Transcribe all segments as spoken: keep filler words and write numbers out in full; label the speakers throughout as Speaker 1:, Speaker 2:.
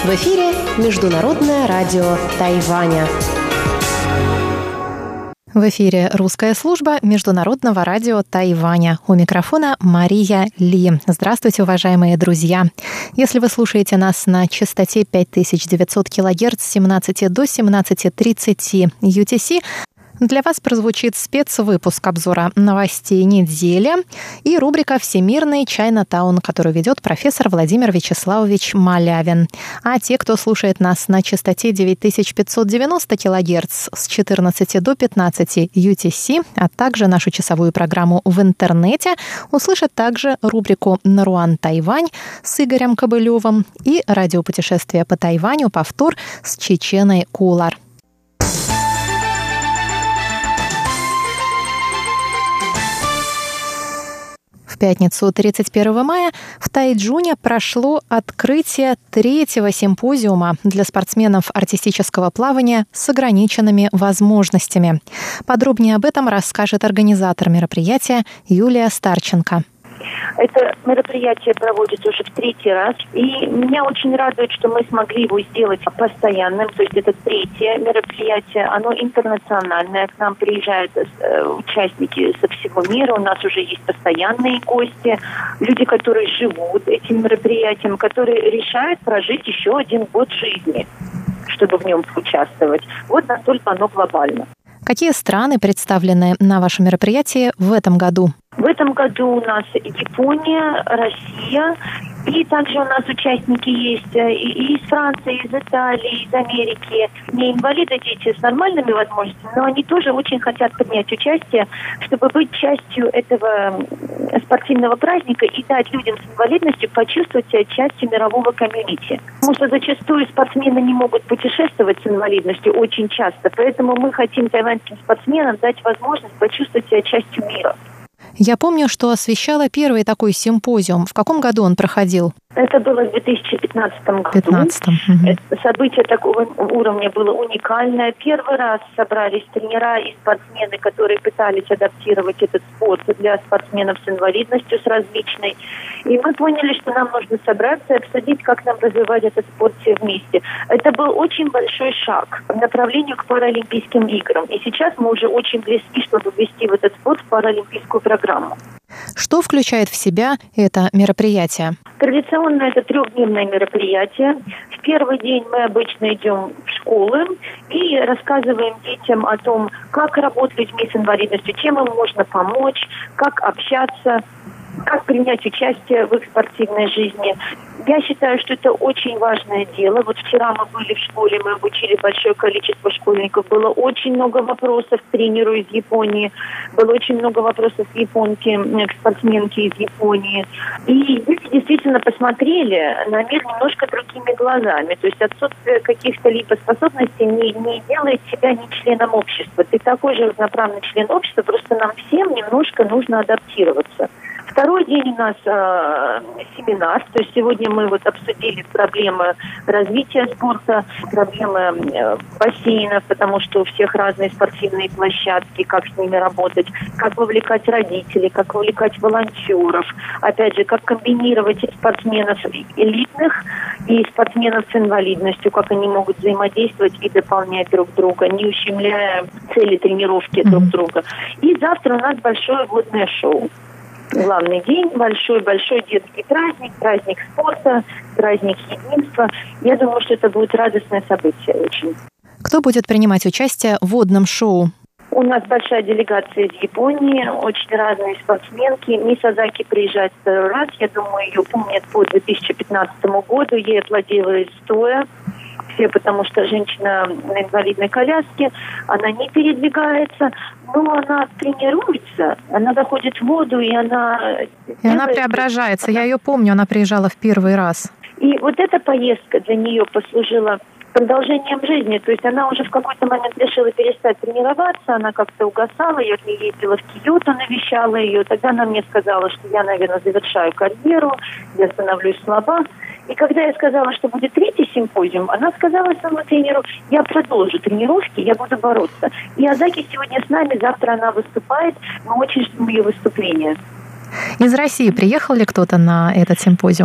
Speaker 1: В эфире Международное радио Тайваня.
Speaker 2: В эфире русская служба Международного радио Тайваня. У микрофона Мария Ли. Здравствуйте, уважаемые друзья. Если вы слушаете нас на частоте пять тысяч девятьсот килогерц с семнадцати до семнадцати тридцати ю ти си, для вас прозвучит спецвыпуск обзора новостей недели и рубрика «Всемирный Чайнатаун», которую ведет профессор Владимир Вячеславович Малявин. А те, кто слушает нас на частоте девять тысяч пятьсот девяносто килогерц с четырнадцати до пятнадцати ю ти си, а также нашу часовую программу в интернете, услышат также рубрику «Наруан Тайвань» с Игорем Кобылевым и радиопутешествие по Тайваню «Повтор» с Чеченой Кулар. В пятницу тридцать первого мая в Тайчжуне прошло открытие третьего симпозиума для спортсменов артистического плавания с ограниченными возможностями. Подробнее об этом расскажет организатор мероприятия Юлия Старченко.
Speaker 3: Это мероприятие проводится уже в третий раз, и меня очень радует, что мы смогли его сделать постоянным, то есть это третье мероприятие, оно интернациональное, к нам приезжают э, участники со всего мира, у нас уже есть постоянные гости, люди, которые живут этим мероприятием, которые решают прожить еще один год жизни, чтобы в нем участвовать. Вот настолько оно глобально.
Speaker 2: Какие страны представлены на вашем мероприятии в этом году?
Speaker 3: В этом году у нас Япония, Россия, и также у нас участники есть и из Франции, из Италии, из Америки. Не инвалиды, дети с нормальными возможностями, но они тоже очень хотят принять участие, чтобы быть частью этого спортивного праздника и дать людям с инвалидностью почувствовать себя частью мирового комьюнити. Потому что зачастую спортсмены не могут путешествовать с инвалидностью очень часто, поэтому мы хотим тайваньским спортсменам дать возможность почувствовать себя частью мира.
Speaker 2: Я помню, что освещала первый такой симпозиум. В каком году он проходил?
Speaker 3: Это было в две тысячи пятнадцатом году.
Speaker 2: пятнадцатом. Угу.
Speaker 3: Событие такого уровня было уникальное. Первый раз собрались тренера и спортсмены, которые пытались адаптировать этот спорт для спортсменов с инвалидностью, с различной. И мы поняли, что нам нужно собраться и обсудить, как нам развивать этот спорт все вместе. Это был очень большой шаг по направлению к Паралимпийским играм. И сейчас мы уже очень близки, чтобы ввести в этот спорт в паралимпийскую программу.
Speaker 2: Что включает в себя это мероприятие?
Speaker 3: Традиционно это трехдневное мероприятие. В первый день мы обычно идем в школы и рассказываем детям о том, как работать с людьми с инвалидностью, чем им можно помочь, как общаться, как принять участие в их спортивной жизни. Я считаю, что это очень важное дело. Вот вчера мы были в школе, мы обучили большое количество школьников. Было очень много вопросов к тренеру из Японии. Было очень много вопросов к японке, к спортсменке из Японии. И дети действительно посмотрели на мир немножко другими глазами. То есть отсутствие каких-то либо способностей не, не делает себя не членом общества. Ты такой же равноправный член общества, просто нам всем немножко нужно адаптироваться. Второй день у нас э, семинар, то есть сегодня мы вот обсудили проблемы развития спорта, проблемы э, бассейнов, потому что у всех разные спортивные площадки, как с ними работать, как вовлекать родителей, как вовлекать волонтеров, опять же, как комбинировать спортсменов элитных и спортсменов с инвалидностью, как они могут взаимодействовать и дополнять друг друга, не ущемляя цели тренировки mm-hmm. друг друга. И завтра у нас большое водное шоу. Главный день, большой-большой детский праздник, праздник спорта, праздник единства. Я думаю, что это будет радостное событие очень.
Speaker 2: Кто будет принимать участие в водном шоу?
Speaker 3: У нас большая делегация из Японии, очень разные спортсменки. Мисс Азаки приезжает второй раз. Я думаю, ее помнят по две тысячи пятнадцатому году. Ей аплодировали стоя. Все, потому что женщина на инвалидной коляске, она не передвигается, но она тренируется, она заходит в воду, и она...
Speaker 2: И она преображается. Я ее помню, она приезжала в первый раз.
Speaker 3: И вот эта поездка для нее послужила продолжением жизни. То есть она уже в какой-то момент решила перестать тренироваться, она как-то угасала, я к ней ездила в Киото, навещала ее. Тогда она мне сказала, что я, наверное, завершаю карьеру, я становлюсь слаба. И когда я сказала, что будет третий симпозиум, она сказала своему тренеру: я продолжу тренировки, я буду бороться. И Азаки сегодня с нами, завтра она выступает, мы очень ждем ее выступления.
Speaker 2: Из России приехал ли кто-то на этот симпозиум?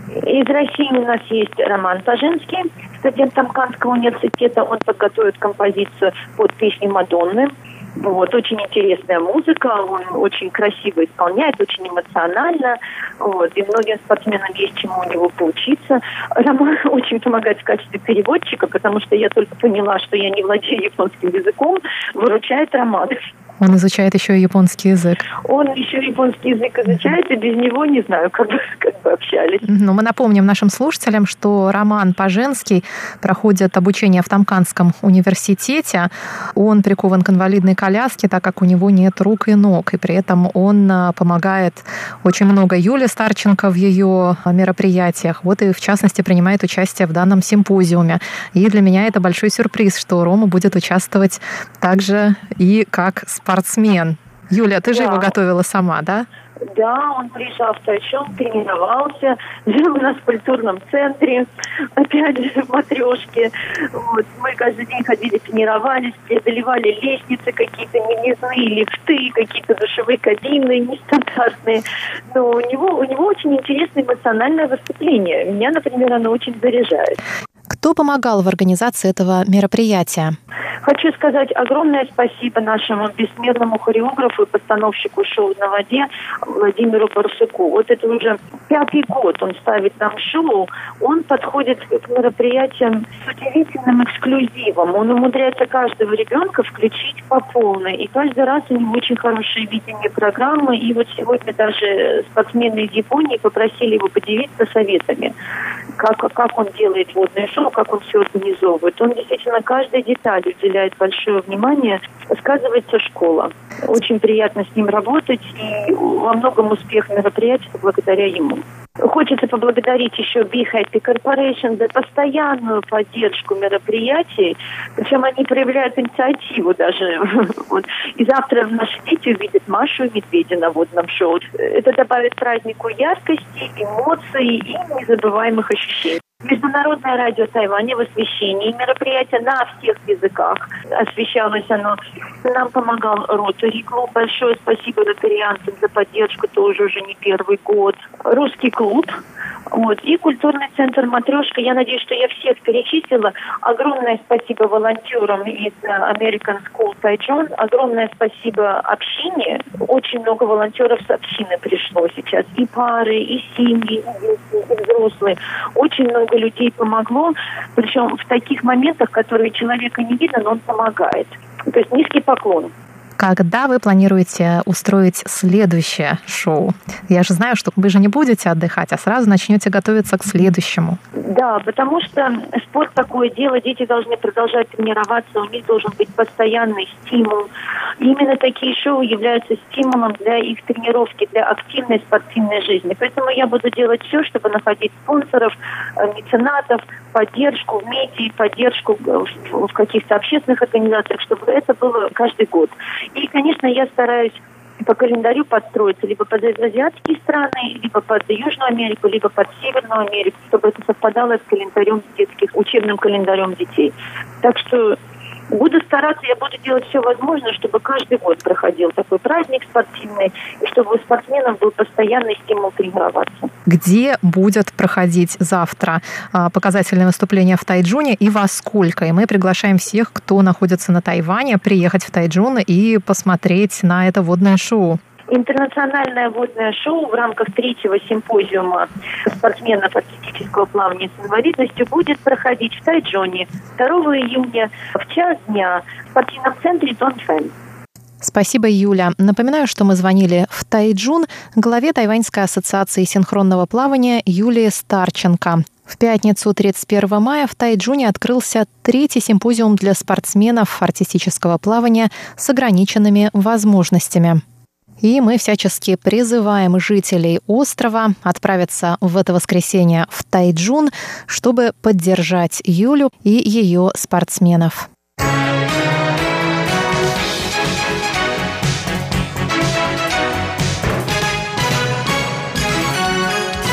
Speaker 3: Из России у нас есть Роман Паженский, студент Тамканского университета. Он подготовит композицию под песню Мадонны. Вот, очень интересная музыка, он очень красиво исполняет, очень эмоционально. Вот, и многим спортсменам есть чему у него поучиться. Роман очень помогает в качестве переводчика, потому что я только поняла, что я не владею японским языком, выручает Роман.
Speaker 2: Он изучает еще и японский язык.
Speaker 3: Он еще японский язык изучает, и без него не знаю, как бы, как бы общались.
Speaker 2: Но мы напомним нашим слушателям, что Роман Паженский проходит обучение в Тамканском университете. Он прикован к инвалидной коляске, так как у него нет рук и ног. И при этом он помогает очень много Юле Старченко в ее мероприятиях. Вот и, в частности, принимает участие в данном симпозиуме. И для меня это большой сюрприз, что Рома будет участвовать также и как спортсмен. Юля, ты же да. его готовила сама, да?
Speaker 3: Да, он приезжал в Тайчжун, тренировался, жил у нас в культурном центре, опять же в матрешке. Вот. Мы каждый день ходили, тренировались, преодолевали лестницы какие-то, невъездные лифты, какие-то душевые кабины нестандартные. Но у него, у него очень интересное эмоциональное выступление. Меня, например, оно очень заряжает.
Speaker 2: Кто помогал в организации этого мероприятия?
Speaker 3: Хочу сказать огромное спасибо нашему бессмертному хореографу и постановщику шоу «На воде» Владимиру Барсуку. Вот это уже пятый год он ставит нам шоу. Он подходит к мероприятиям с удивительным эксклюзивом. Он умудряется каждого ребенка включить по полной. И каждый раз у него очень хорошее видение программы. И вот сегодня даже спортсмены из Японии попросили его поделиться советами, как, как он делает водное шоу, как он все организовывает. Он действительно каждой детали уделяет большое внимание. Сказывается школа. Очень приятно с ним работать, и во многом успех мероприятия благодаря ему. Хочется поблагодарить еще Be Happy Corporation за постоянную поддержку мероприятий. Причем они проявляют инициативу даже. Вот. И завтра наши дети увидят Машу и Медведя на водном шоу. Это добавит празднику яркости, эмоций и незабываемых ощущений. Международное радио Тайваня в освещении мероприятия на всех языках. Освещалось оно. Нам помогал Ротари клуб. Большое спасибо ротарианцам за поддержку, тоже уже не первый год. Русский клуб. Вот. И культурный центр «Матрешка». Я надеюсь, что я всех перечислила. Огромное спасибо волонтерам из American School Taichung. Огромное спасибо общине. Очень много волонтеров с общины пришло сейчас. И пары, и семьи, и дети, и взрослые. Очень много людей помогло. Причем в таких моментах, которые человека не видно, но он помогает. То есть низкий поклон.
Speaker 2: Когда вы планируете устроить следующее шоу? Я же знаю, что вы же не будете отдыхать, а сразу начнете готовиться к следующему.
Speaker 3: Да, потому что спорт такое дело, дети должны продолжать тренироваться, у них должен быть постоянный стимул. И именно такие шоу являются стимулом для их тренировки, для активной спортивной жизни. Поэтому я буду делать все, чтобы находить спонсоров, меценатов, поддержку в медиа, поддержку в каких-то общественных организациях, чтобы это было каждый год. И, конечно, я стараюсь по календарю подстроиться либо под азиатские страны, либо под Южную Америку, либо под Северную Америку, чтобы это совпадало с календарем детских, учебным календарем детей. Так что буду стараться, я буду делать все возможное, чтобы каждый год проходил такой праздник спортивный, и чтобы у спортсменов был постоянный стимул тренироваться.
Speaker 2: Где будет проходить завтра показательное выступление в Тайчжуне и во сколько? И мы приглашаем всех, кто находится на Тайване, приехать в Тайчжун и посмотреть на это водное шоу.
Speaker 3: Интернациональное водное шоу в рамках третьего симпозиума спортсменов артистического плавания с инвалидностью будет проходить в Тайчжуне второго июня в час дня в спортивном центре Донфэн.
Speaker 2: Спасибо, Юля. Напоминаю, что мы звонили в Тайчжун главе Тайваньской ассоциации синхронного плавания Юлии Старченко. В пятницу, тридцать первого мая, в Тайчжуне открылся третий симпозиум для спортсменов артистического плавания с ограниченными возможностями. И мы всячески призываем жителей острова отправиться в это воскресенье в Тайчжун, чтобы поддержать Юлю и ее спортсменов.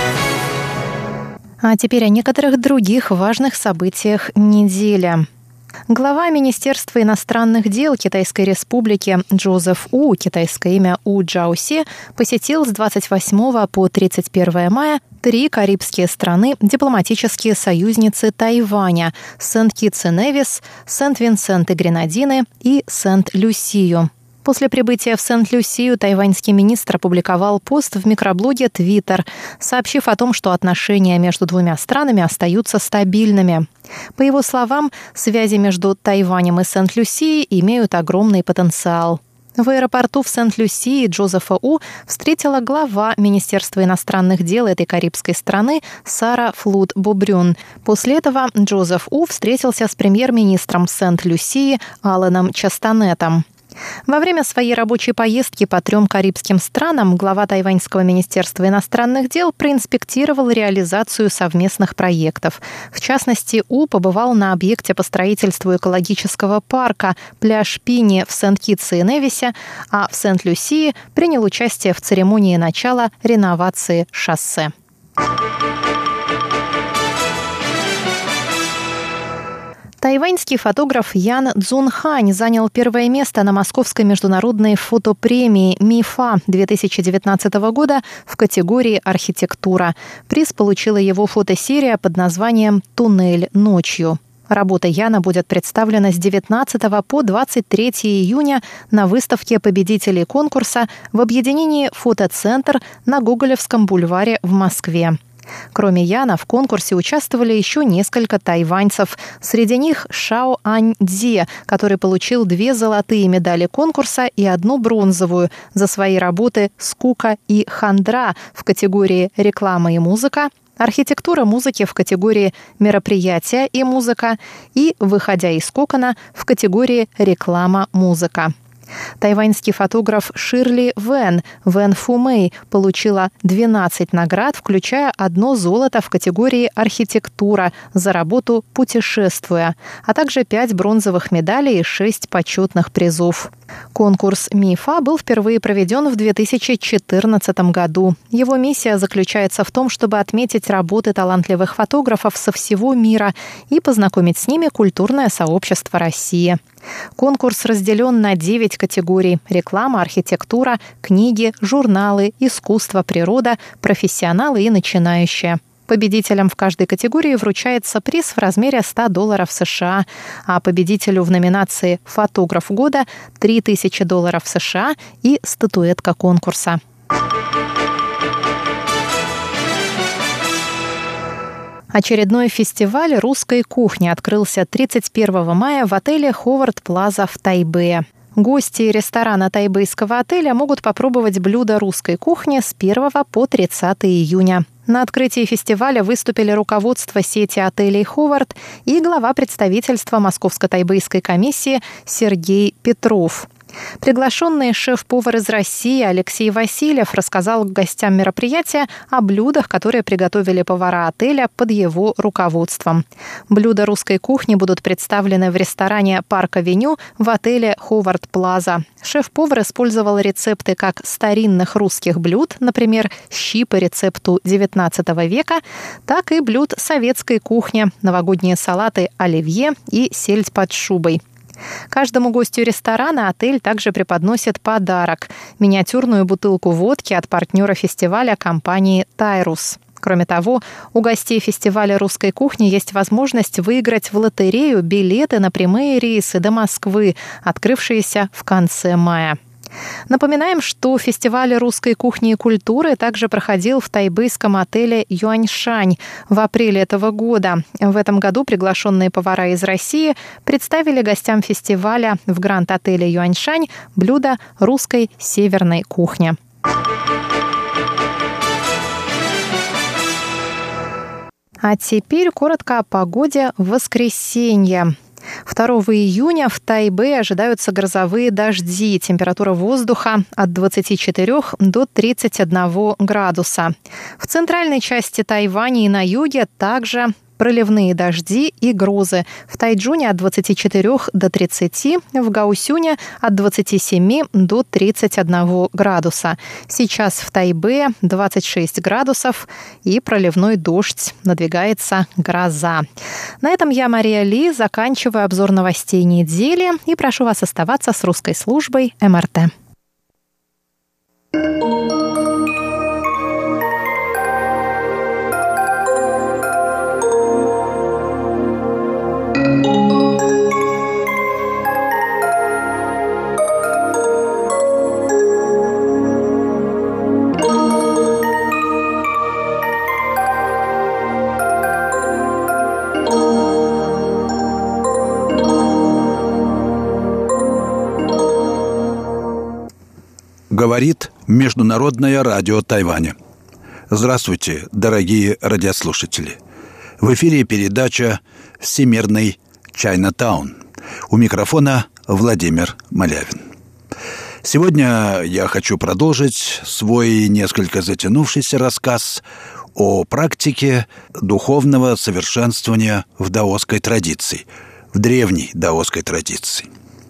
Speaker 2: А теперь о некоторых других важных событиях недели. Глава Министерства иностранных дел Китайской Республики Джозеф У, китайское имя У Джаосе, посетил с двадцать восьмого по тридцать первое мая три карибские страны, дипломатические союзницы Тайваня – Сент-Китс и Невис, Сент-Винсент и Гренадины и Сент-Люсию. После прибытия в Сент-Люсию тайваньский министр опубликовал пост в микроблоге Twitter, сообщив о том, что отношения между двумя странами остаются стабильными. По его словам, связи между Тайванем и Сент-Люсией имеют огромный потенциал. В аэропорту в Сент-Люсии Джозефа У встретила глава Министерства иностранных дел этой карибской страны Сара Флуд Бобрюн. После этого Джозеф У встретился с премьер-министром Сент-Люсии Аланом Частонетом. Во время своей рабочей поездки по трем карибским странам глава Тайваньского министерства иностранных дел проинспектировал реализацию совместных проектов. В частности, У побывал на объекте по строительству экологического парка «Пляж Пини» в Сент-Китсе и Невисе, а в Сент-Люсии принял участие в церемонии начала реновации шоссе. Тайваньский фотограф Ян Цзунхань занял первое место на Московской международной фотопремии МИФА две тысячи девятнадцатого года в категории «Архитектура». Приз получила его фотосерия под названием «Туннель ночью». Работа Яна будет представлена с девятнадцатого по двадцать третье июня на выставке победителей конкурса в объединении «Фотоцентр» на Гоголевском бульваре в Москве. Кроме Яна, в конкурсе участвовали еще несколько тайваньцев. Среди них Шао Ань Цзи, который получил две золотые медали конкурса и одну бронзовую за свои работы «Скука» и «Хандра» в категории «Реклама и музыка», «Архитектура музыки» в категории «Мероприятия и музыка» и «Выходя из кокона» в категории «Реклама-музыка». Тайваньский фотограф Ширли Вэн, Вэн Фумэй, получила двенадцать наград, включая одно золото в категории «Архитектура» за работу «Путешествуя», а также пять бронзовых медалей и шесть почетных призов. Конкурс МИФА был впервые проведен в две тысячи четырнадцатом году. Его миссия заключается в том, чтобы отметить работы талантливых фотографов со всего мира и познакомить с ними культурное сообщество России. Конкурс разделен на девять категорий: реклама, архитектура, книги, журналы, искусство, природа, профессионалы и начинающие. Победителям в каждой категории вручается приз в размере сто долларов США, а победителю в номинации «Фотограф года» – три тысячи долларов США и статуэтка конкурса. Очередной фестиваль русской кухни открылся тридцать первого мая в отеле «Ховард Плаза» в Тайбэе. Гости ресторана тайбэйского отеля могут попробовать блюда русской кухни с первого по тридцатое июня. На открытии фестиваля выступили руководство сети отелей «Ховард» и глава представительства Московско-Тайбэйской комиссии Сергей Петров. Приглашенный шеф-повар из России Алексей Васильев рассказал гостям мероприятия о блюдах, которые приготовили повара отеля под его руководством. Блюда русской кухни будут представлены в ресторане «Парк-авеню» в отеле «Ховард Плаза». Шеф-повар использовал рецепты как старинных русских блюд, например, щи по рецепту девятнадцатого века, так и блюд советской кухни, новогодние салаты оливье и сельдь под шубой. Каждому гостю ресторана отель также преподносит подарок – миниатюрную бутылку водки от партнера фестиваля компании «Тайрус». Кроме того, у гостей фестиваля русской кухни есть возможность выиграть в лотерею билеты на прямые рейсы до Москвы, открывшиеся в конце мая. Напоминаем, что фестиваль русской кухни и культуры также проходил в тайбэйском отеле «Юаньшань» в апреле этого года. В этом году приглашенные повара из России представили гостям фестиваля в гранд-отеле «Юаньшань» блюда русской северной кухни. А теперь коротко о погоде в воскресенье. второго июня в Тайбэе ожидаются грозовые дожди. Температура воздуха от двадцати четырёх до тридцати одного градуса. В центральной части Тайваня и на юге также проливные дожди и грозы. В Тайчжуне от двадцати четырёх до тридцати, в Гаосюне от двадцати семи до тридцати одного градуса. Сейчас в Тайбе двадцать шесть градусов и проливной дождь, надвигается гроза. На этом я, Мария Ли, заканчиваю обзор новостей недели и прошу вас оставаться с русской службой эм эр тэ.
Speaker 4: Говорит Международное радио Тайваня. Здравствуйте, дорогие радиослушатели. В эфире передача «Всемирный Чайнатаун». У микрофона Владимир Малявин. Сегодня я хочу продолжить свой несколько затянувшийся рассказ о практике духовного совершенствования в даосской традиции, в древней даосской традиции.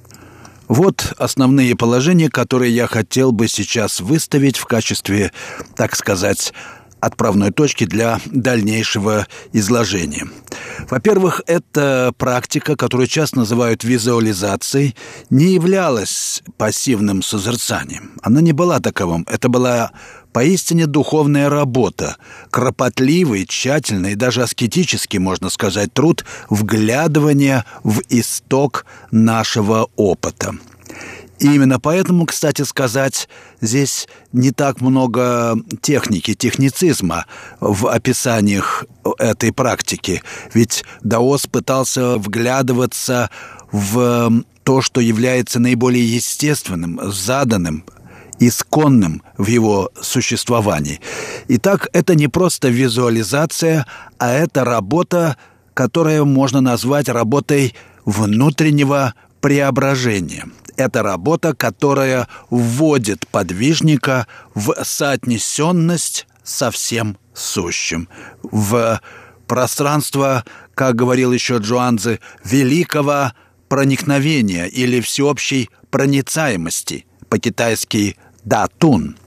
Speaker 4: Вот основные положения, которые я хотел бы сейчас выставить в качестве, так сказать, отправной точки для дальнейшего изложения. Во-первых, эта практика, которую часто называют визуализацией, не являлась пассивным созерцанием. Она не была таковым. Это была поистине духовная работа, кропотливый, тщательный, даже аскетический, можно сказать, труд вглядывания в исток нашего опыта. И именно поэтому, кстати сказать, здесь не так много техники, техницизма в описаниях этой практики. Ведь даос пытался вглядываться в то, что является наиболее естественным, заданным, исконным в его существовании. Итак, это не просто визуализация, а это работа, которую можно назвать работой внутреннего преображения. Это работа, которая вводит подвижника в соотнесенность со всем сущим, в пространство, как говорил еще Джуанцзи, великого проникновения или всеобщей проницаемости, по-китайски «да-тун».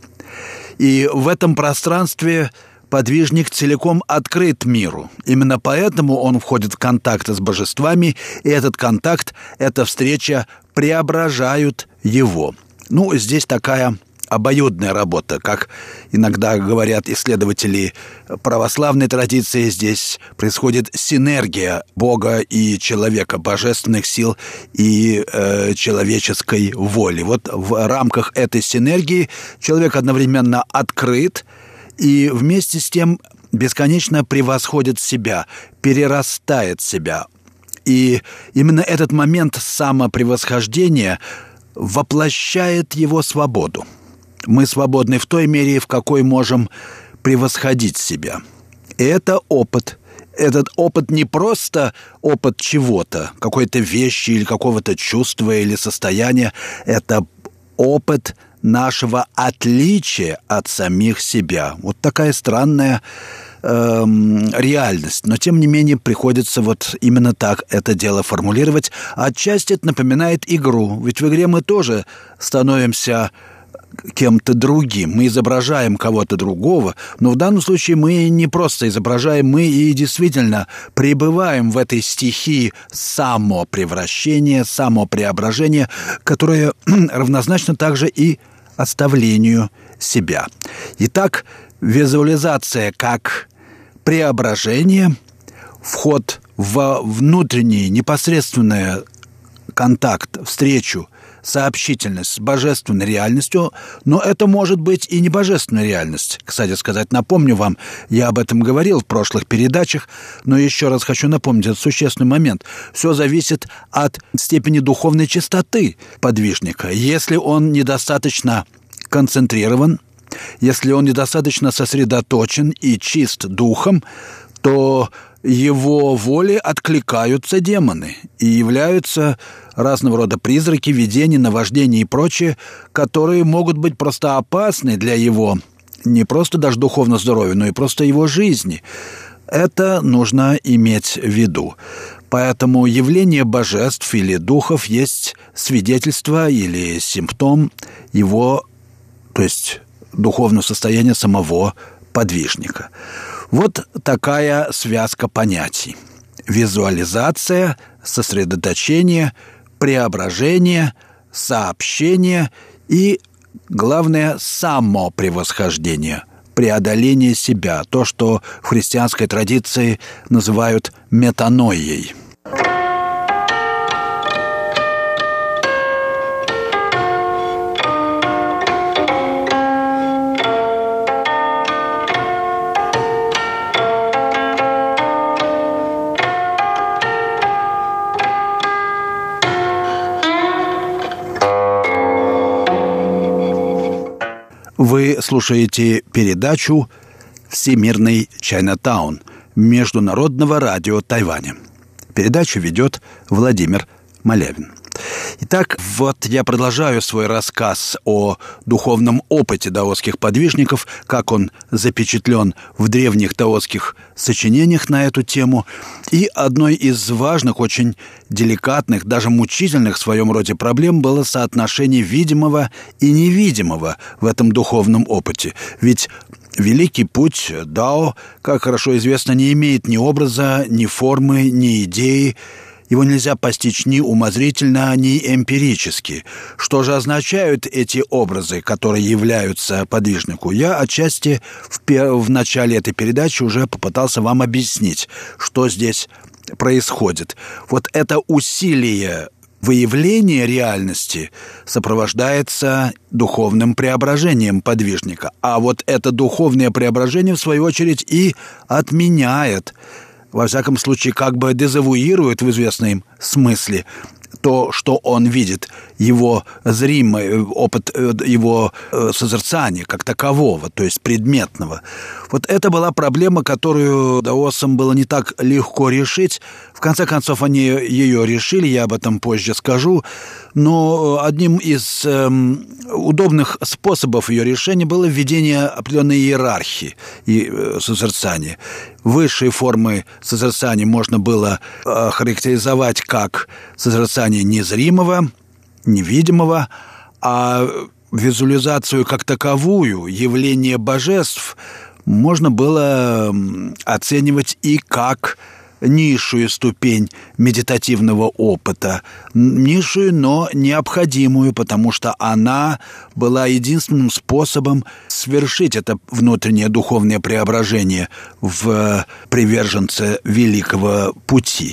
Speaker 4: И в этом пространстве подвижник целиком открыт миру. Именно поэтому он входит в контакт с божествами, и этот контакт, эта встреча преображают его. Ну, здесь такая обоюдная работа, как иногда говорят исследователи православной традиции, здесь происходит синергия Бога и человека, божественных сил и э, человеческой воли. Вот в рамках этой синергии человек одновременно открыт и вместе с тем бесконечно превосходит себя, перерастает себя. И именно этот момент самопревосхождения воплощает его свободу. Мы свободны в той мере, в какой можем превосходить себя. И это опыт. Этот опыт не просто опыт чего-то, какой-то вещи или какого-то чувства или состояния. Это опыт нашего отличия от самих себя. Вот такая странная эм, реальность. Но, тем не менее, приходится вот именно так это дело формулировать. Отчасти это напоминает игру. Ведь в игре мы тоже становимся кем-то другим. Мы изображаем кого-то другого, но в данном случае мы не просто изображаем, мы и действительно пребываем в этой стихии самопревращения, самопреображения, которое равнозначно также и оставлению себя. Итак, визуализация как преображение, вход во внутренний непосредственный контакт, встречу, сообщительность с божественной реальностью, но это может быть и не божественная реальность. Кстати сказать, напомню вам, я об этом говорил в прошлых передачах, но еще раз хочу напомнить этот существенный момент. Все зависит от степени духовной чистоты подвижника. Если он недостаточно концентрирован, если он недостаточно сосредоточен и чист духом, то его воле откликаются демоны и являются разного рода призраки, видения, наваждения и прочее, которые могут быть просто опасны для его не просто даже духовного здоровья, но и просто его жизни. Это нужно иметь в виду. Поэтому явление божеств или духов есть свидетельство или симптом его, то есть духовного состояния самого подвижника. Вот такая связка понятий. Визуализация, сосредоточение, преображение, сообщение и, главное, самопревосхождение, преодоление себя, то, что в христианской традиции называют метаноией. Вы слушаете передачу «Всемирный Чайнатаун» Международного радио Тайваня. Передачу ведет Владимир Малявин. Итак, вот я продолжаю свой рассказ о духовном опыте даосских подвижников, как он запечатлен в древних даосских сочинениях на эту тему. И одной из важных, очень деликатных, даже мучительных в своем роде проблем было соотношение видимого и невидимого в этом духовном опыте. Ведь великий путь дао, как хорошо известно, не имеет ни образа, ни формы, ни идеи. Его нельзя постичь ни умозрительно, ни эмпирически. Что же означают эти образы, которые являются подвижнику? Я отчасти в, пер... в начале этой передачи уже попытался вам объяснить, что здесь происходит. Вот это усилие выявления реальности сопровождается духовным преображением подвижника. А вот это духовное преображение, в свою очередь, и отменяет, во всяком случае, как бы дезавуирует в известном смысле то, что он видит, его зримый опыт, его созерцания как такового, то есть предметного. Вот это была проблема, которую даосам было не так легко решить. В конце концов, они ее решили, я об этом позже скажу. Но одним из эм, удобных способов ее решения было введение определенной иерархии и э, созерцания. Высшие формы созерцания можно было э, характеризовать как созерцание незримого, невидимого, а визуализацию как таковую, явление божеств, можно было оценивать и как низшую ступень медитативного опыта. Низшую, но необходимую, потому что она была единственным способом совершить это внутреннее духовное преображение в приверженце великого пути.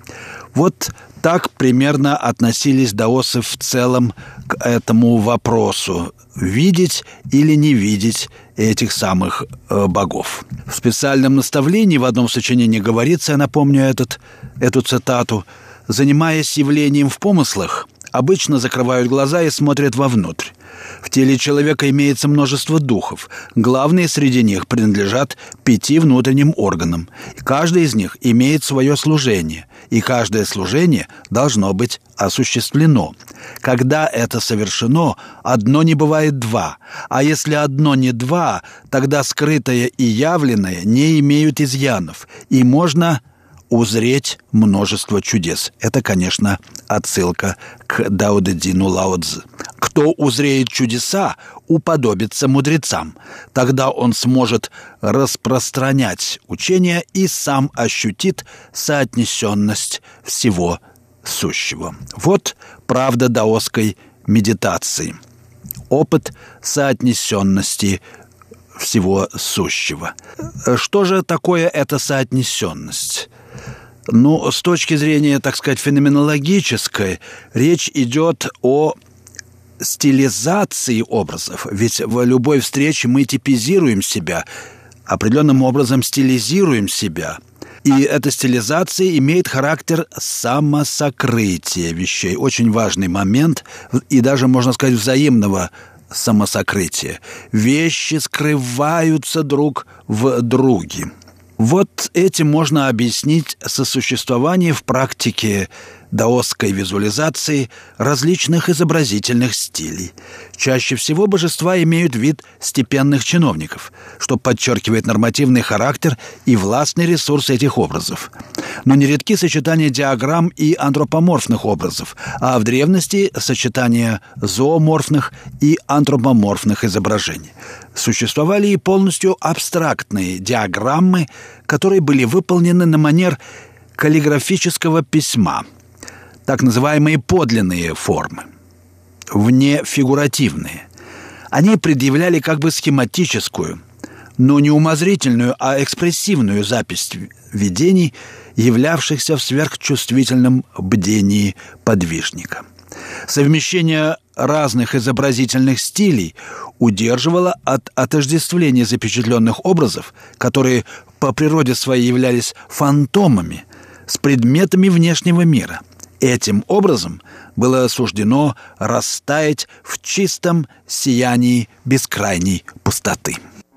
Speaker 4: Вот так примерно относились даосы в целом к этому вопросу: видеть или не видеть этих самых э, богов. В специальном наставлении в одном сочинении говорится, я напомню этот, эту цитату: «Занимаясь явлением в помыслах, обычно закрывают глаза и смотрят вовнутрь. В теле человека имеется множество духов. Главные среди них принадлежат пяти внутренним органам. Каждый из них имеет свое служение, и каждое служение должно быть осуществлено. Когда это совершено, одно не бывает два, а если одно не два, тогда скрытое и явленное не имеют изъянов, и можно узреть множество чудес». Это, конечно, отсылка к Дао Дэ Цзину Лао Цзы. «Кто узреет чудеса, уподобится мудрецам. Тогда он сможет распространять учение и сам ощутит соотнесенность всего сущего». Вот правда даосской медитации. Опыт соотнесенности всего сущего. Что же такое эта соотнесенность? Ну, с точки зрения, так сказать, феноменологической, речь идет о стилизации образов. Ведь в любой встрече мы типизируем себя, определенным образом стилизируем себя. И эта стилизация имеет характер самосокрытия вещей. Очень важный момент, и даже, можно сказать, взаимного самосокрытия. Вещи скрываются друг в друге. Вот этим можно объяснить сосуществование в практике даосской визуализации различных изобразительных стилей. Чаще всего божества имеют вид степенных чиновников, что подчеркивает нормативный характер и властный ресурс этих образов. Но нередки сочетания диаграмм и антропоморфных образов, а в древности сочетания зооморфных и антропоморфных изображений. Существовали и полностью абстрактные диаграммы, которые были выполнены на манер каллиграфического письма, так называемые подлинные формы, внефигуративные. Они предъявляли как бы схематическую, но не умозрительную, а экспрессивную запись видений, являвшихся в сверхчувствительном бдении подвижника. Совмещение разных изобразительных стилей удерживало от отождествления запечатленных образов, которые по природе своей являлись фантомами, с предметами внешнего мира. Этим образом было суждено растаять в чистом сиянии бескрайней пустоты.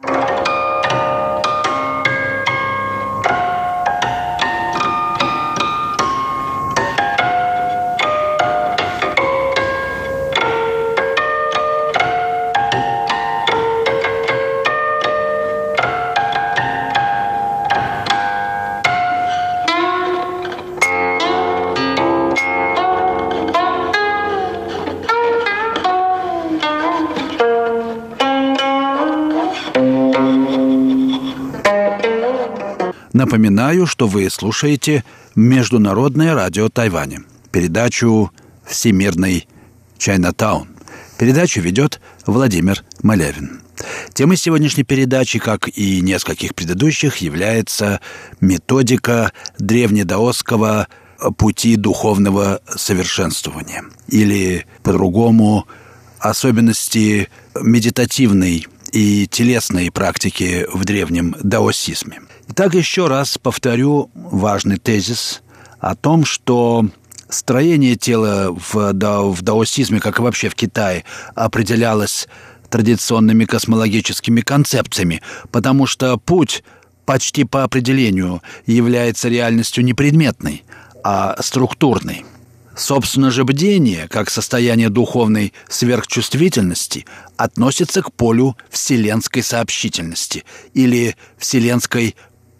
Speaker 4: Напоминаю, что вы слушаете Международное радио Тайваня, передачу «Всемирный Чайнатаун». Передачу ведет Владимир Малявин. Темой сегодняшней передачи, как и нескольких предыдущих, является методика древнедаосского пути духовного совершенствования, или, по-другому, особенности медитативной и телесной практики в древнем даосизме. Итак, еще раз повторю важный тезис о том, что строение тела в, да, в даосизме, как и вообще в Китае, определялось традиционными космологическими концепциями, потому что путь почти по определению является реальностью не предметной, а структурной. Собственно же, бдение, как состояние духовной сверхчувствительности, относится к полю вселенской сообщительности или вселенской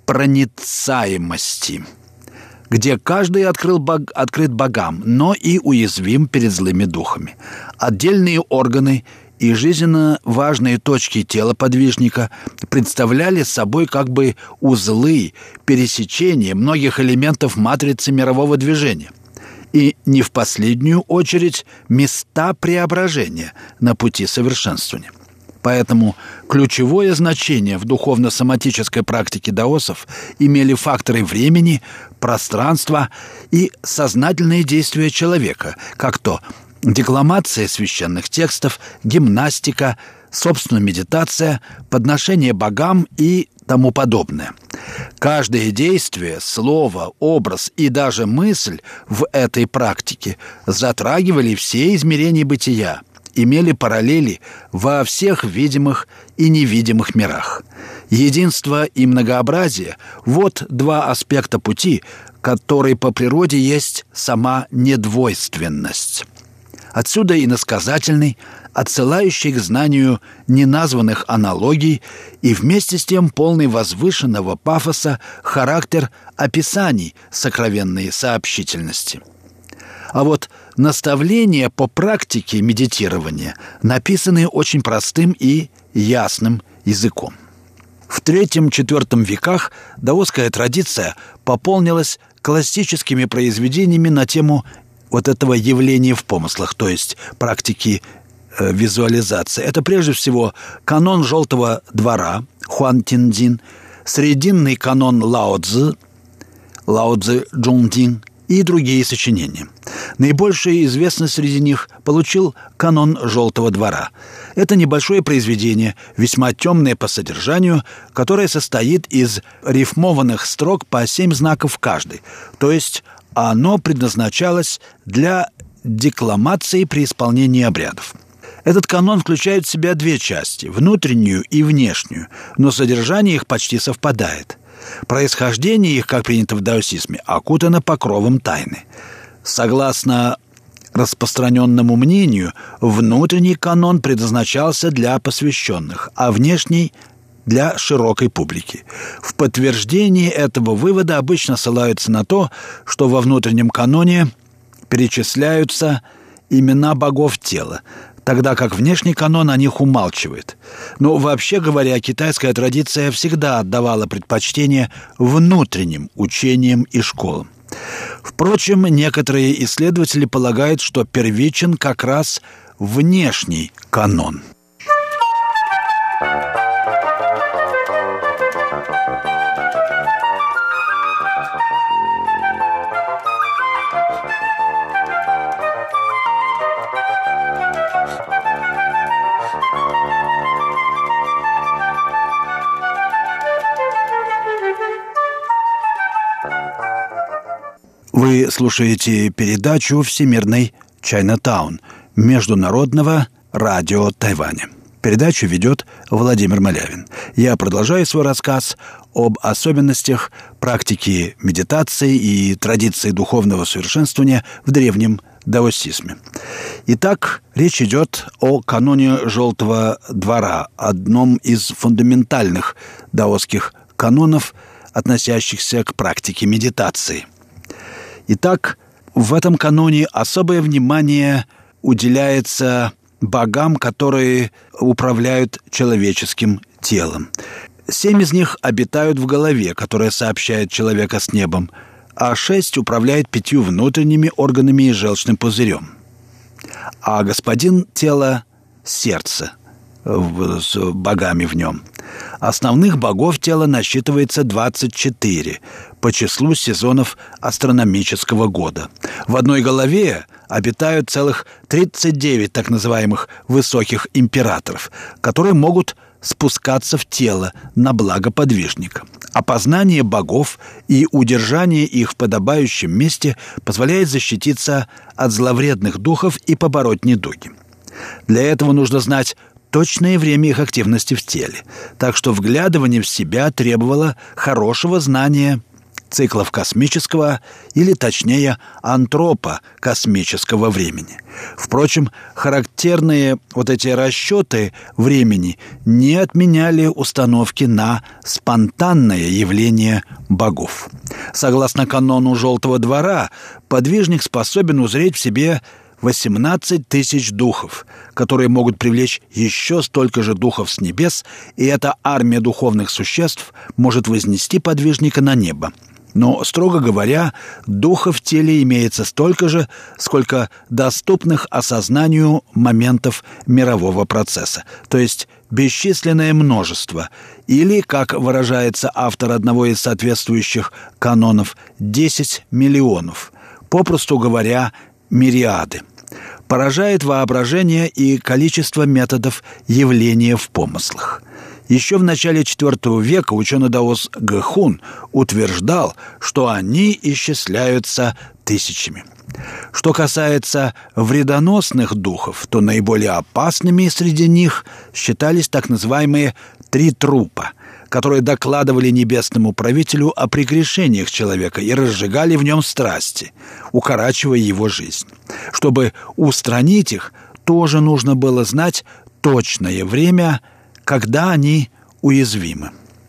Speaker 4: проницаемости, где каждый открыл бог, открыт богам, но и уязвим перед злыми духами. Отдельные органы и жизненно важные точки тела подвижника представляли собой как бы узлы пересечения многих элементов матрицы мирового движения и, не в последнюю очередь, места преображения на пути совершенствования. Поэтому ключевое значение в духовно-соматической практике даосов имели факторы времени, пространства и сознательные действия человека, как то декламация священных текстов, гимнастика, собственная медитация, подношение богам и тому подобное. Каждое действие, слово, образ и даже мысль в этой практике затрагивали все измерения бытия, имели параллели во всех видимых и невидимых мирах. Единство и многообразие – вот два аспекта пути, которые по природе есть сама недвойственность. Отсюда иносказательный, отсылающий к знанию неназванных аналогий и вместе с тем полный возвышенного пафоса характер описаний сокровенной сообщительности. А вот наставления по практике медитирования написаны очень простым и ясным языком. В третьем-четвертом веках даосская традиция пополнилась классическими произведениями на тему вот этого явления в помыслах, то есть практики э, визуализации. Это прежде всего канон Желтого двора Хуан Тиндин, срединный канон Лао Цзы, Лао Цзы Чжондин и другие сочинения. Наибольшую известность среди них получил канон Желтого двора. Это небольшое произведение, весьма темное по содержанию, которое состоит из рифмованных строк по семь знаков каждый, то есть оно предназначалось для декламации при исполнении обрядов. Этот канон включает в себя две части – внутреннюю и внешнюю, но содержание их почти совпадает. Происхождение их, как принято в даосизме, окутано покровом тайны. Согласно распространенному мнению, внутренний канон предназначался для посвященных, а внешний – для широкой публики. В подтверждение этого вывода обычно ссылаются на то, что во внутреннем каноне перечисляются имена богов тела, тогда как внешний канон о них умалчивает. Но вообще говоря, китайская традиция всегда отдавала предпочтение внутренним учениям и школам. Впрочем, некоторые исследователи полагают, что первичен как раз внешний канон. Вы слушаете передачу «Всемирный Чайна-таун» Международного радио Тайваня. Передачу ведет Владимир Малявин. Я продолжаю свой рассказ об особенностях практики медитации и традиции духовного совершенствования в древнем даосизме. Итак, речь идет о каноне Желтого двора, одном из фундаментальных даосских канонов, относящихся к практике медитации. Итак, в этом каноне особое внимание уделяется богам, которые управляют человеческим телом. Семь из них обитают в голове, которая сообщает человека с небом, а шесть управляет пятью внутренними органами и желчным пузырем. А господин тела — сердце с богами в нем. Основных богов тела насчитывается двадцать четыре по числу сезонов астрономического года. В одной голове обитают целых тридцать девять так называемых высоких императоров, которые могут спускаться в тело на благо подвижника. Опознание богов и удержание их в подобающем месте позволяет защититься от зловредных духов и побороть недуги. Для этого нужно знать точное время их активности в теле, так что вглядывание в себя требовало хорошего знания циклов космического или, точнее, антропокосмического времени. Впрочем, характерные вот эти расчеты времени не отменяли установки на спонтанное явление богов. Согласно канону Желтого двора, подвижник способен узреть в себе восемнадцать тысяч духов, которые могут привлечь еще столько же духов с небес, и эта армия духовных существ может вознести подвижника на небо. Но, строго говоря, духа в теле имеется столько же, сколько доступных осознанию моментов мирового процесса, то есть бесчисленное множество, или, как выражается автор одного из соответствующих канонов, десять миллионов, попросту говоря, мириады. Поражает воображение и количество методов явления в помыслах. Еще в начале четвёртого века ученый-даос Гэхун утверждал, что они исчисляются тысячами. Что касается вредоносных духов, то наиболее опасными среди них считались так называемые «три трупа», которые докладывали небесному правителю о прегрешениях человека и разжигали в нем страсти, укорачивая его жизнь. Чтобы устранить их, тоже нужно было знать точное время, когда они уязвимы.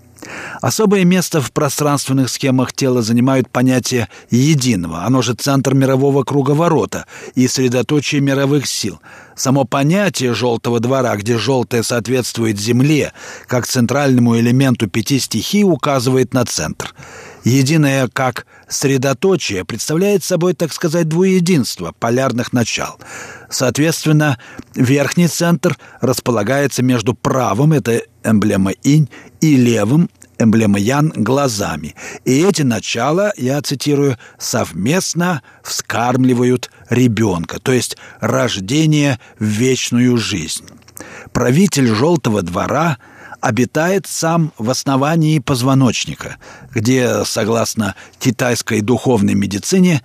Speaker 4: Особое место в пространственных схемах тела занимают понятие единого, оно же центр мирового круговорота и средоточие мировых сил. Само понятие Желтого двора, где желтое соответствует Земле, как центральному элементу пяти стихий, указывает на центр. Единое как средоточие представляет собой, так сказать, двуединство полярных начал. Соответственно, верхний центр располагается между правым, это эмблема инь, и левым, эмблема ян, глазами. И эти начала, я цитирую, совместно вскармливают ребенка, то есть рождение в вечную жизнь. Правитель Желтого двора обитает сам в основании позвоночника, где, согласно китайской духовной медицине,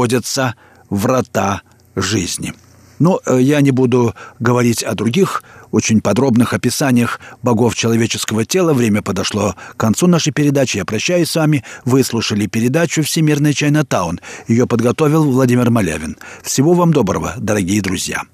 Speaker 4: находятся врата жизни. Но я не буду говорить о других очень подробных описаниях богов человеческого тела время подошло к концу нашей передачи. Я прощаюсь с вами. Вы слушали передачу «Всемирный Чайнатаун». Ее подготовил Владимир Малявин. Всего вам доброго, дорогие друзья.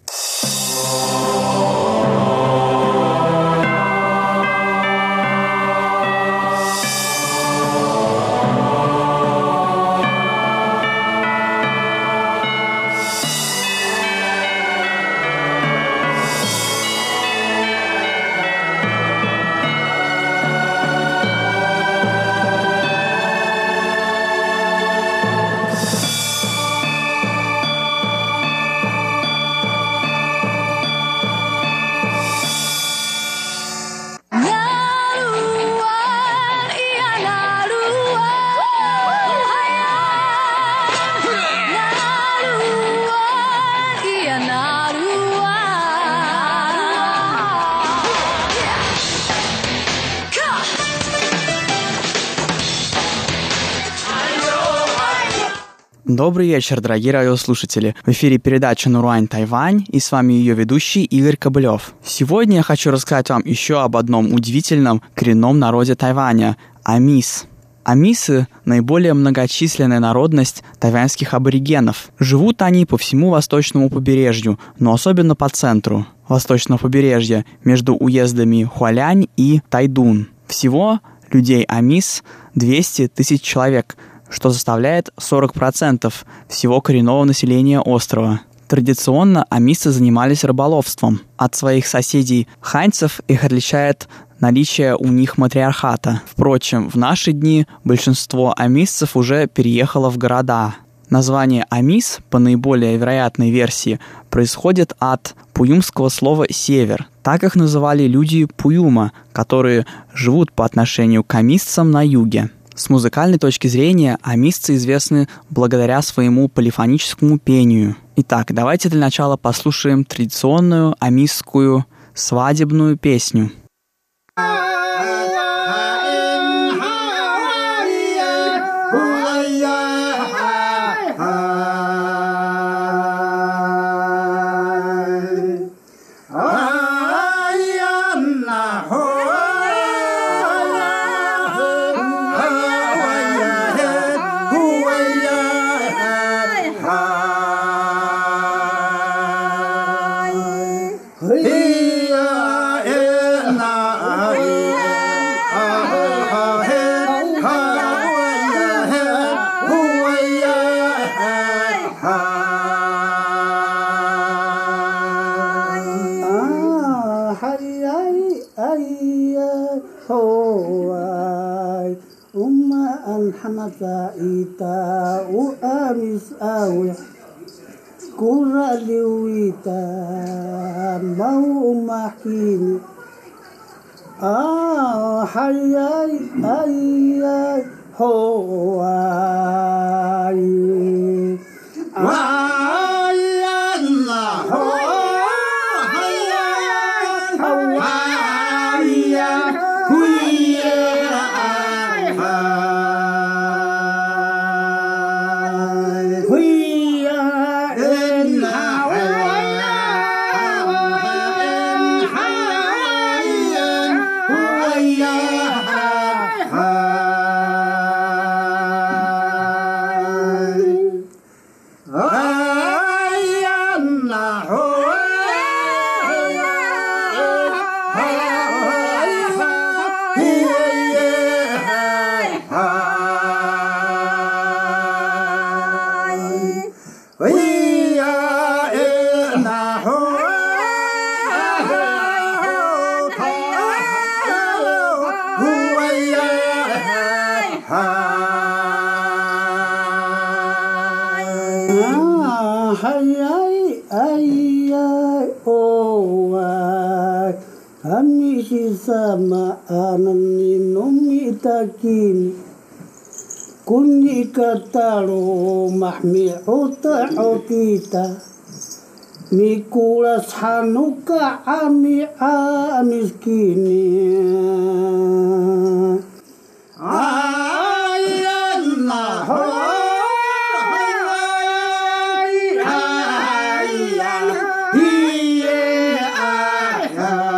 Speaker 5: Добрый вечер, дорогие радиослушатели. В эфире передача «Наруань Тайвань» и с вами ее ведущий Игорь Кобылев. Сегодня я хочу рассказать вам еще об одном удивительном коренном народе Тайваня – амис. Амисы – наиболее многочисленная народность тайваньских аборигенов. Живут они по всему восточному побережью, но особенно по центру восточного побережья, между уездами Хуалянь и Тайдун. Всего людей амис двести тысяч человек, что составляет сорок процентов всего коренного населения острова. Традиционно амисы занимались рыболовством. От своих соседей ханьцев их отличает наличие у них матриархата. Впрочем, в наши дни большинство амисцев уже переехало в города. Название амис, по наиболее вероятной версии, происходит от пуюмского слова «север». Так их называли люди Пуюма, которые живут по отношению к амисцам на юге. С музыкальной точки зрения амисцы известны благодаря своему полифоническому пению. Итак, давайте для начала послушаем традиционную амисскую свадебную песню.
Speaker 6: Ita u amis awe kuraliwita mau mahini ah hayay ayay ho ay ayalla ho hayay ho ayya huya sama ananinum itakini kunni kataro mahmi uta utita mikulas hanuka ami amiskini ayallah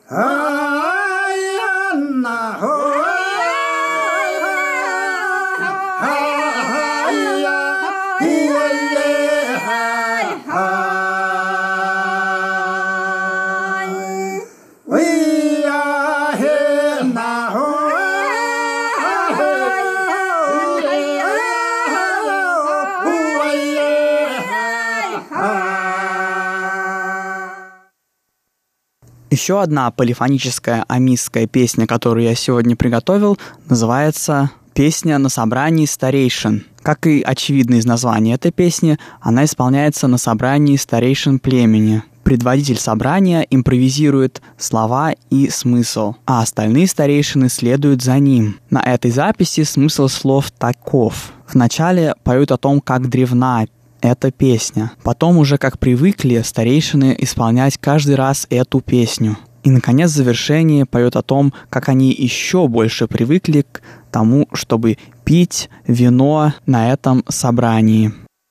Speaker 5: Еще одна полифоническая амисская песня, которую я сегодня приготовил, называется «Песня на собрании старейшин». Как и очевидно из названия этой песни, она исполняется на собрании старейшин племени. Предводитель собрания импровизирует слова и смысл, а остальные старейшины следуют за ним. На этой записи смысл слов таков. Вначале поют о том, как древна эта песня. Потом уже, как привыкли, старейшины исполнять каждый раз эту песню. И, наконец, в завершении поет о том, как они еще больше привыкли к тому, чтобы пить вино на этом собрании.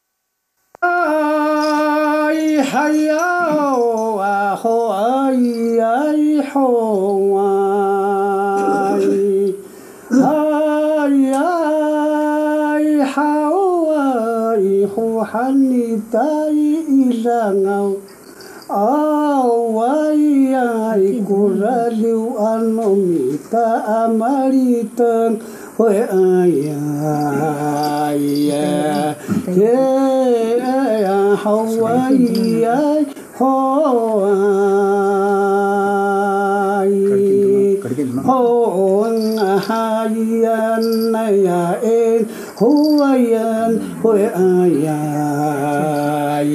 Speaker 6: Hanitai ilangau awai kuraliu anomita amaritan hoi ayah ya ya hawai hawai hon hayan ya en Huayan, huayan,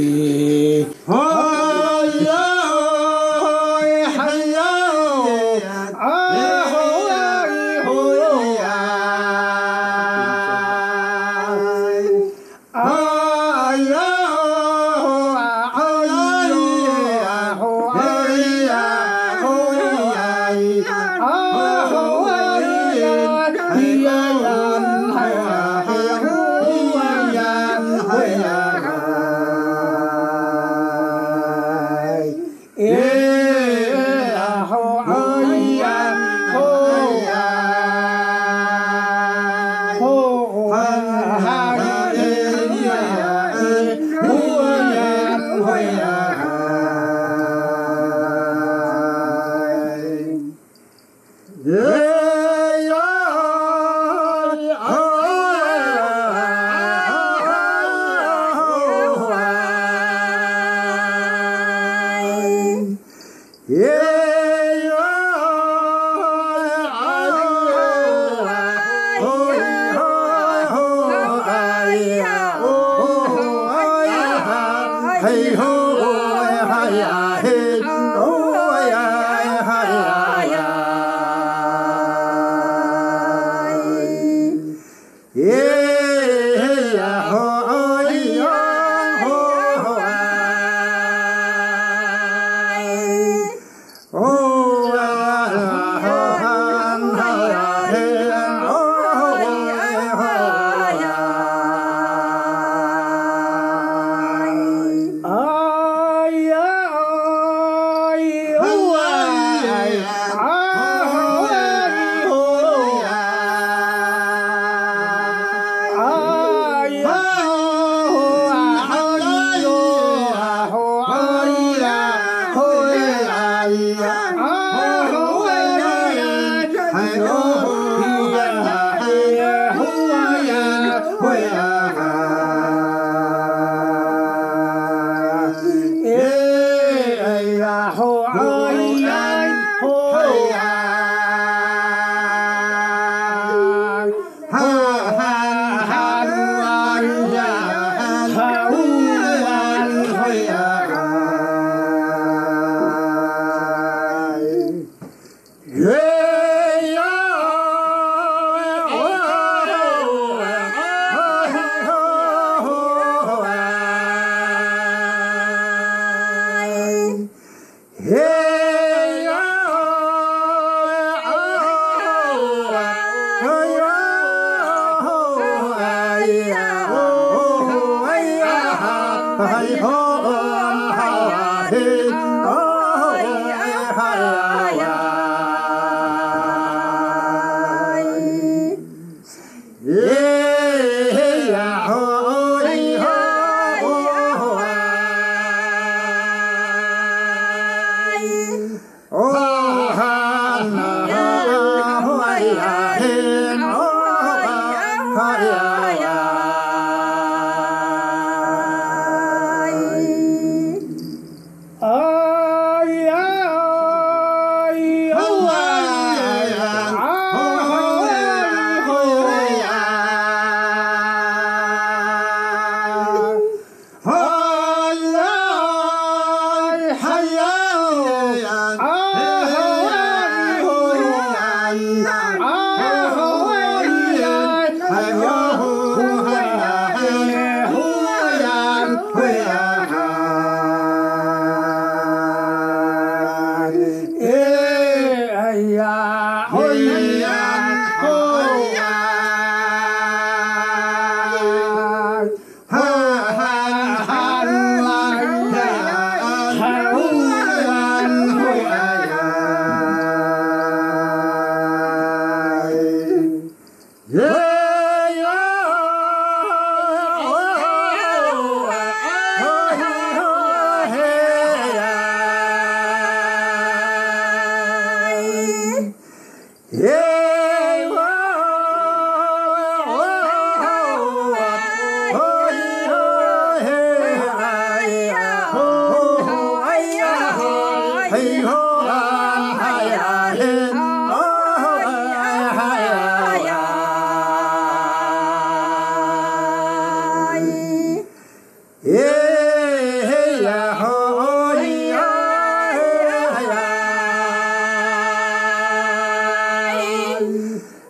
Speaker 7: Hey, oh, hey, oh, hey,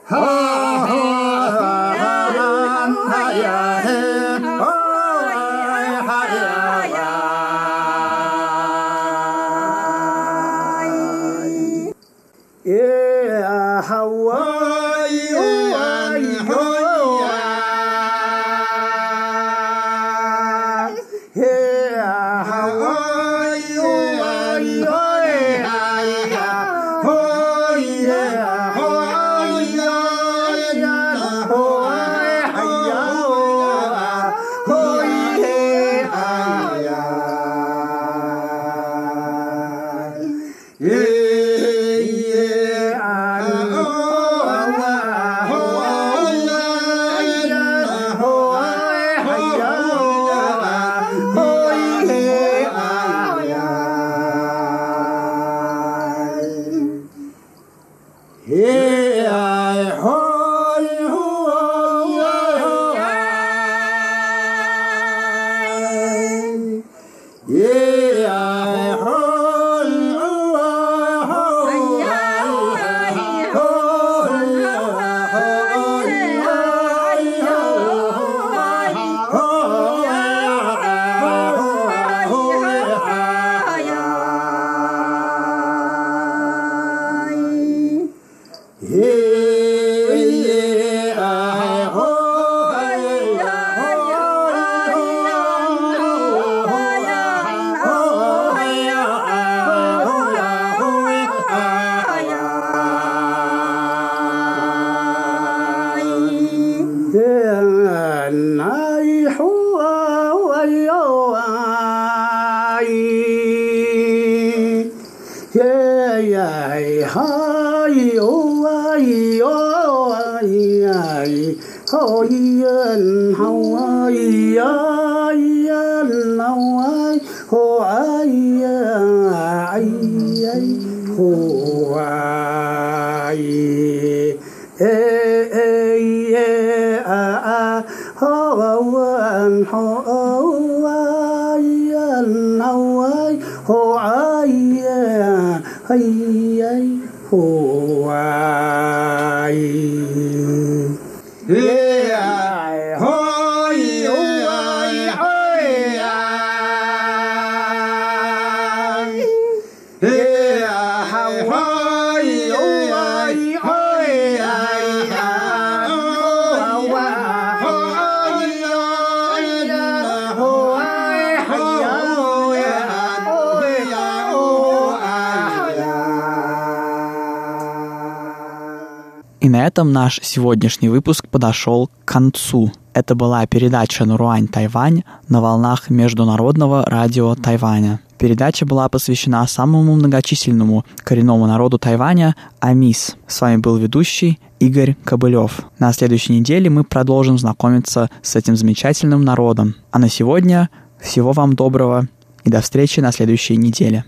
Speaker 5: И на этом наш сегодняшний выпуск подошел к концу. Это была передача «Наруань Тайвань» на волнах Международного радио Тайваня. Передача была посвящена самому многочисленному коренному народу Тайваня – амис. С вами был ведущий Игорь Кобылев. На следующей неделе мы продолжим знакомиться с этим замечательным народом. А на сегодня всего вам доброго и до встречи на следующей неделе.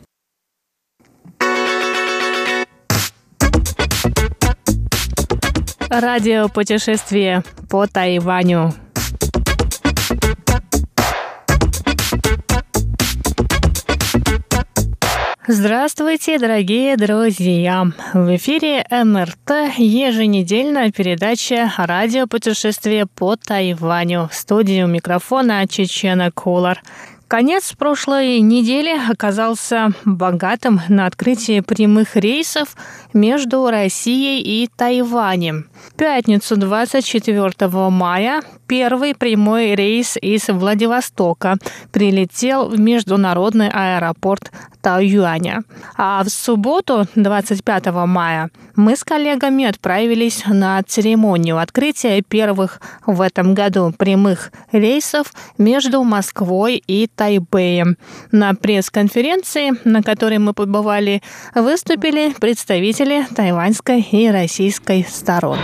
Speaker 2: Радиопутешествие по Тайваню. Здравствуйте, дорогие друзья! В эфире эм эр тэ еженедельная передача «Радиопутешествие по Тайваню». В студии у микрофона Чечена Кулар. Конец прошлой недели оказался богатым на открытие прямых рейсов между Россией и Тайванем. В пятницу двадцать четвёртого мая первый прямой рейс из Владивостока прилетел в международный аэропорт Таоюаня. А в субботу двадцать пятого мая мы с коллегами отправились на церемонию открытия первых в этом году прямых рейсов между Москвой и Тайбэем. На пресс-конференции, на которой мы побывали, выступили представители тайваньской и российской сторон.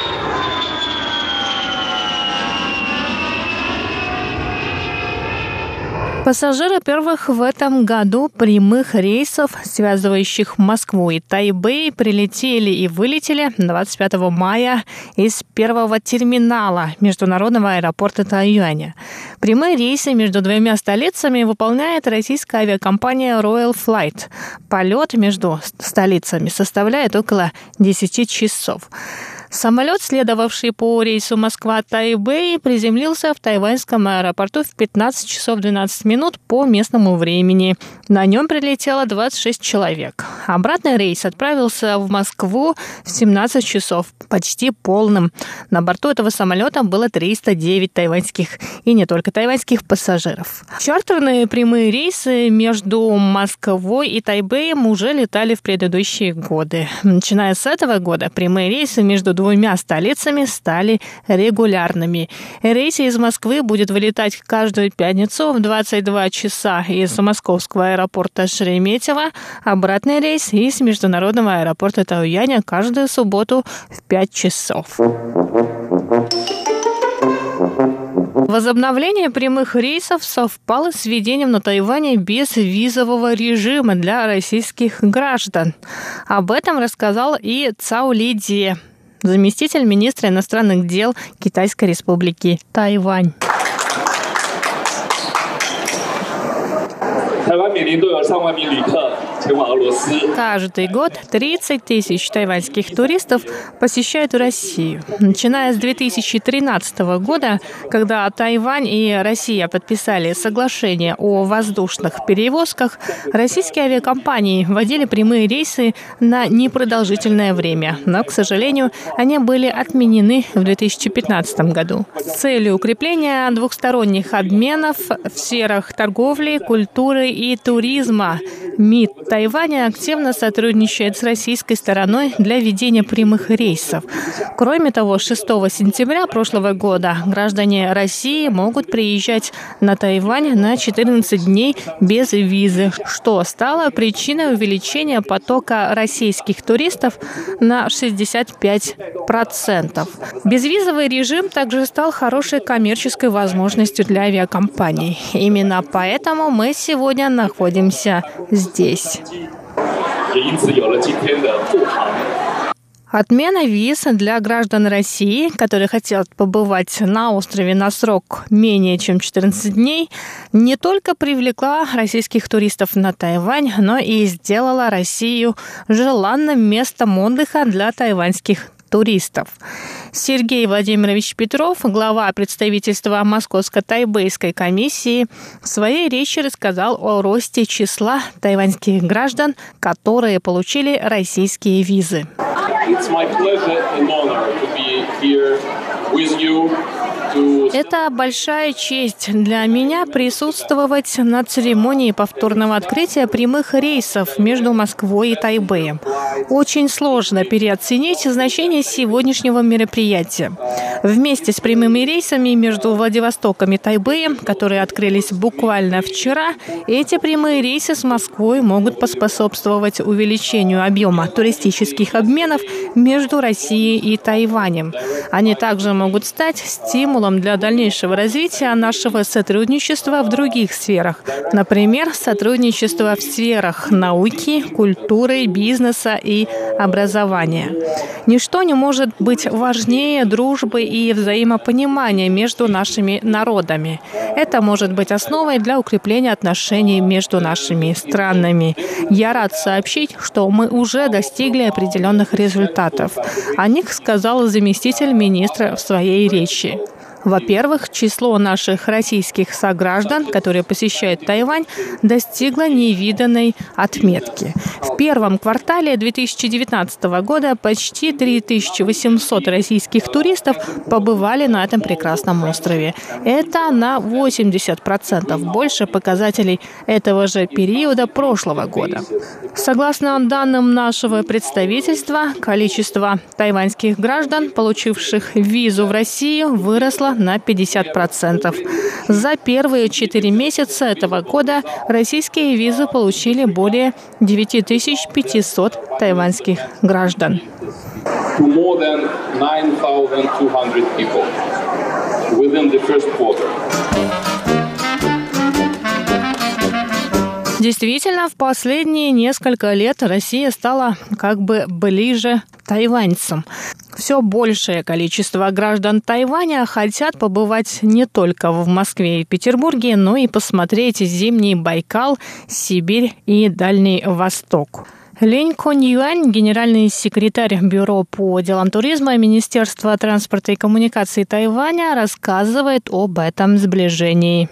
Speaker 2: Пассажиры первых в этом году прямых рейсов, связывающих Москву и Тайбэй, прилетели и вылетели двадцать пятого мая из первого терминала международного аэропорта Таоюаня. Прямые рейсы между двумя столицами выполняет российская авиакомпания Royal Flight. Полет между столицами составляет около десяти часов.
Speaker 7: Самолет, следовавший по рейсу Москва-Тайбэй, приземлился в тайваньском аэропорту в пятнадцать часов двенадцать минут по местному времени. На нем прилетело двадцать шесть человек. Обратный рейс отправился в Москву в семнадцать часов, почти полным. На борту этого самолета было триста девять тайваньских и не только тайваньских пассажиров. Чартерные прямые рейсы между Москвой и Тайбэем уже летали в предыдущие годы. Начиная с этого года прямые рейсы между двумя столицами стали регулярными. Рейс из Москвы будет вылетать каждую пятницу в двадцать два часа из московского аэропорта Шереметьево, обратный рейс из международного аэропорта Таоюаня каждую субботу в пять часов. Возобновление прямых рейсов совпало с введением на Тайване безвизового режима для российских граждан. Об этом рассказал и Цао Ли, заместитель министра иностранных дел Китайской республики Тайвань. Каждый год тридцать тысяч тайваньских туристов посещают Россию. Начиная с две тысячи тринадцатого года, когда Тайвань и Россия подписали соглашение о воздушных перевозках, российские авиакомпании вводили прямые рейсы на непродолжительное время. Но, к сожалению, они были отменены в две тысячи пятнадцатом году. С целью укрепления двухсторонних обменов в сферах торговли, культуры и туризма МИД Тайваня активно сотрудничает с российской стороной для ведения прямых рейсов. Кроме того, шестого сентября прошлого года граждане России могут приезжать на Тайвань на четырнадцать дней без визы, что стало причиной увеличения потока российских туристов на шестьдесят пять процентов. Безвизовый режим также стал хорошей коммерческой возможностью для авиакомпаний. Именно поэтому мы сегодня находимся здесь. Отмена виз для граждан России, которые хотят побывать на острове на срок менее чем четырнадцать дней, не только привлекла российских туристов на Тайвань, но и сделала Россию желанным местом отдыха для тайваньских туристов. Сергей Владимирович Петров, глава представительства Московско-Тайбэйской комиссии, в своей речи рассказал о росте числа тайваньских граждан, которые получили российские визы. Это большая честь для меня присутствовать на церемонии повторного открытия прямых рейсов между Москвой и Тайбэем. Очень сложно переоценить значение сегодняшнего мероприятия. Вместе с прямыми рейсами между Владивостоком и Тайбэем, которые открылись буквально вчера, эти прямые рейсы с Москвой могут поспособствовать увеличению объема туристических обменов между Россией и Тайванем. Они также могут стать стимулом для дальнейшего развития нашего сотрудничества в других сферах. Например, сотрудничество в сферах науки, культуры, бизнеса и образования. Ничто не может быть важнее дружбы и взаимопонимания между нашими народами. Это может быть основой для укрепления отношений между нашими странами. Я рад сообщить, что мы уже достигли определенных результатов. О них сказал заместитель министра в своей речи. Во-первых, число наших российских сограждан, которые посещают Тайвань, достигло невиданной отметки. В первом квартале две тысячи девятнадцатого года почти три тысячи восемьсот российских туристов побывали на этом прекрасном острове. Это на восемьдесят процентов больше показателей этого же периода прошлого года. Согласно данным нашего представительства, количество тайваньских граждан, получивших визу в Россию, выросло на пятьдесят процентов. За первые четыре месяца этого года российские визы получили более девять тысяч пятьсот тайваньских граждан. Действительно, в последние несколько лет Россия стала как бы ближе тайваньцам. Все большее количество граждан Тайваня хотят побывать не только в Москве и Петербурге, но и посмотреть зимний Байкал, Сибирь и Дальний Восток. Линь Конь-Юань, генеральный секретарь Бюро по делам туризма Министерства транспорта и коммуникаций Тайваня, рассказывает об этом сближении.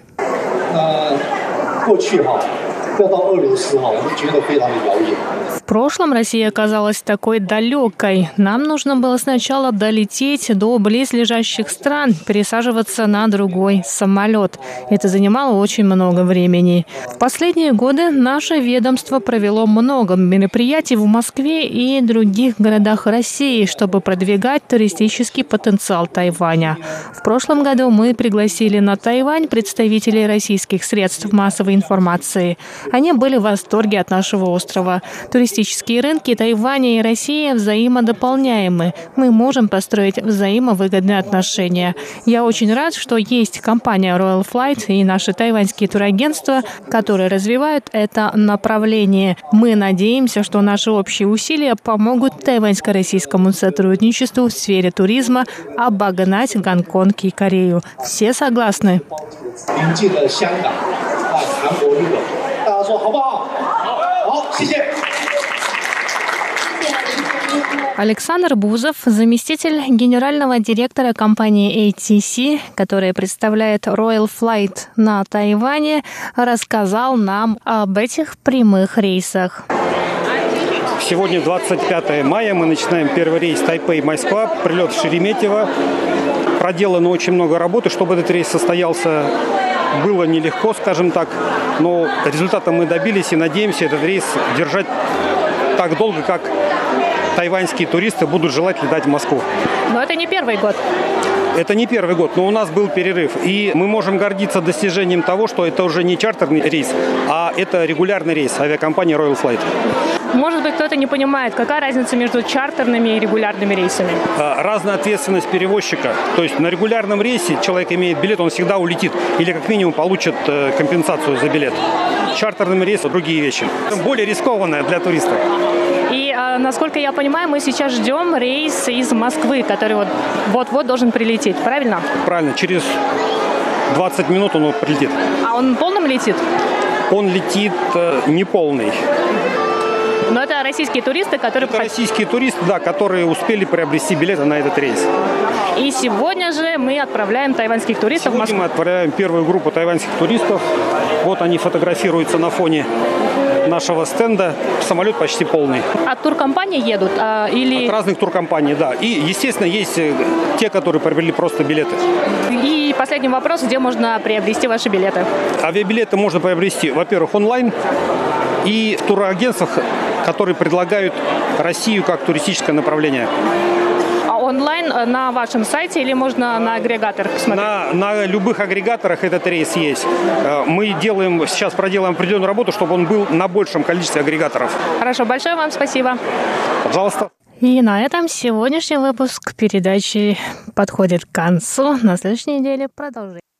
Speaker 7: В прошлом Россия оказалась такой далекой. Нам нужно было сначала долететь до близлежащих стран, пересаживаться на другой самолет. Это занимало очень много времени. В последние годы наше ведомство провело много мероприятий в Москве и других городах России, чтобы продвигать туристический потенциал Тайваня. В прошлом году мы пригласили на Тайвань представителей российских средств массовой информации. Они были в восторге от нашего острова. Туристические рынки Тайваня и России взаимодополняемы. Мы можем построить взаимовыгодные отношения. Я очень рад, что есть компания Royal Flight и наши тайваньские турагентства, которые развивают это направление. Мы надеемся, что наши общие усилия помогут тайваньско-российскому сотрудничеству в сфере туризма обогнать Гонконг и Корею. Все согласны? Александр Бузов, заместитель генерального директора компании эй ти си, которая представляет Royal Flight на Тайване, рассказал нам об этих прямых рейсах.
Speaker 8: Сегодня двадцать пятое мая, мы начинаем первый рейс Тайпэй-Москва, прилет в Шереметьево. Проделано очень много работы, чтобы этот рейс состоялся. Было нелегко, скажем так, но результата мы добились и надеемся этот рейс держать так долго, как тайваньские туристы будут желать летать в Москву.
Speaker 7: Но это не первый год.
Speaker 8: Это не первый год, но у нас был перерыв. И мы можем гордиться достижением того, что это уже не чартерный рейс, а это регулярный рейс авиакомпании Royal Flight.
Speaker 7: Может быть, кто-то не понимает, какая разница между чартерными и регулярными рейсами?
Speaker 8: Разная ответственность перевозчика. То есть на регулярном рейсе человек имеет билет, он всегда улетит. Или как минимум получит компенсацию за билет. Чартерным рейсом другие вещи. Более рискованное для туристов.
Speaker 7: И, насколько я понимаю, мы сейчас ждем рейс из Москвы, который вот вот-вот должен прилететь, правильно?
Speaker 8: Правильно. Через двадцать минут он прилетит.
Speaker 7: А он полным летит?
Speaker 8: Он летит э, неполный.
Speaker 7: Но это российские туристы, которые...
Speaker 8: Это российские туристы, да, которые успели приобрести билеты на этот рейс.
Speaker 7: И сегодня же мы отправляем тайваньских туристов
Speaker 8: сегодня
Speaker 7: в Москву.
Speaker 8: Мы отправляем первую группу тайваньских туристов. Вот они фотографируются на фоне нашего стенда. Самолет почти полный.
Speaker 7: От туркомпании едут? А, или...
Speaker 8: От разных туркомпаний, да. И, естественно, есть те, которые приобрели просто билеты.
Speaker 7: И последний вопрос, где можно приобрести ваши билеты?
Speaker 8: Авиабилеты можно приобрести, во-первых, онлайн и в турагентствах, которые предлагают Россию как туристическое направление.
Speaker 7: А онлайн на вашем сайте или можно на агрегаторах посмотреть?
Speaker 8: На, на любых агрегаторах этот рейс есть. Мы делаем, сейчас проделаем определенную работу, чтобы он был на большем количестве агрегаторов.
Speaker 7: Хорошо, большое вам спасибо.
Speaker 8: Пожалуйста.
Speaker 7: И на этом сегодняшний выпуск передачи подходит к концу. На следующей неделе продолжим.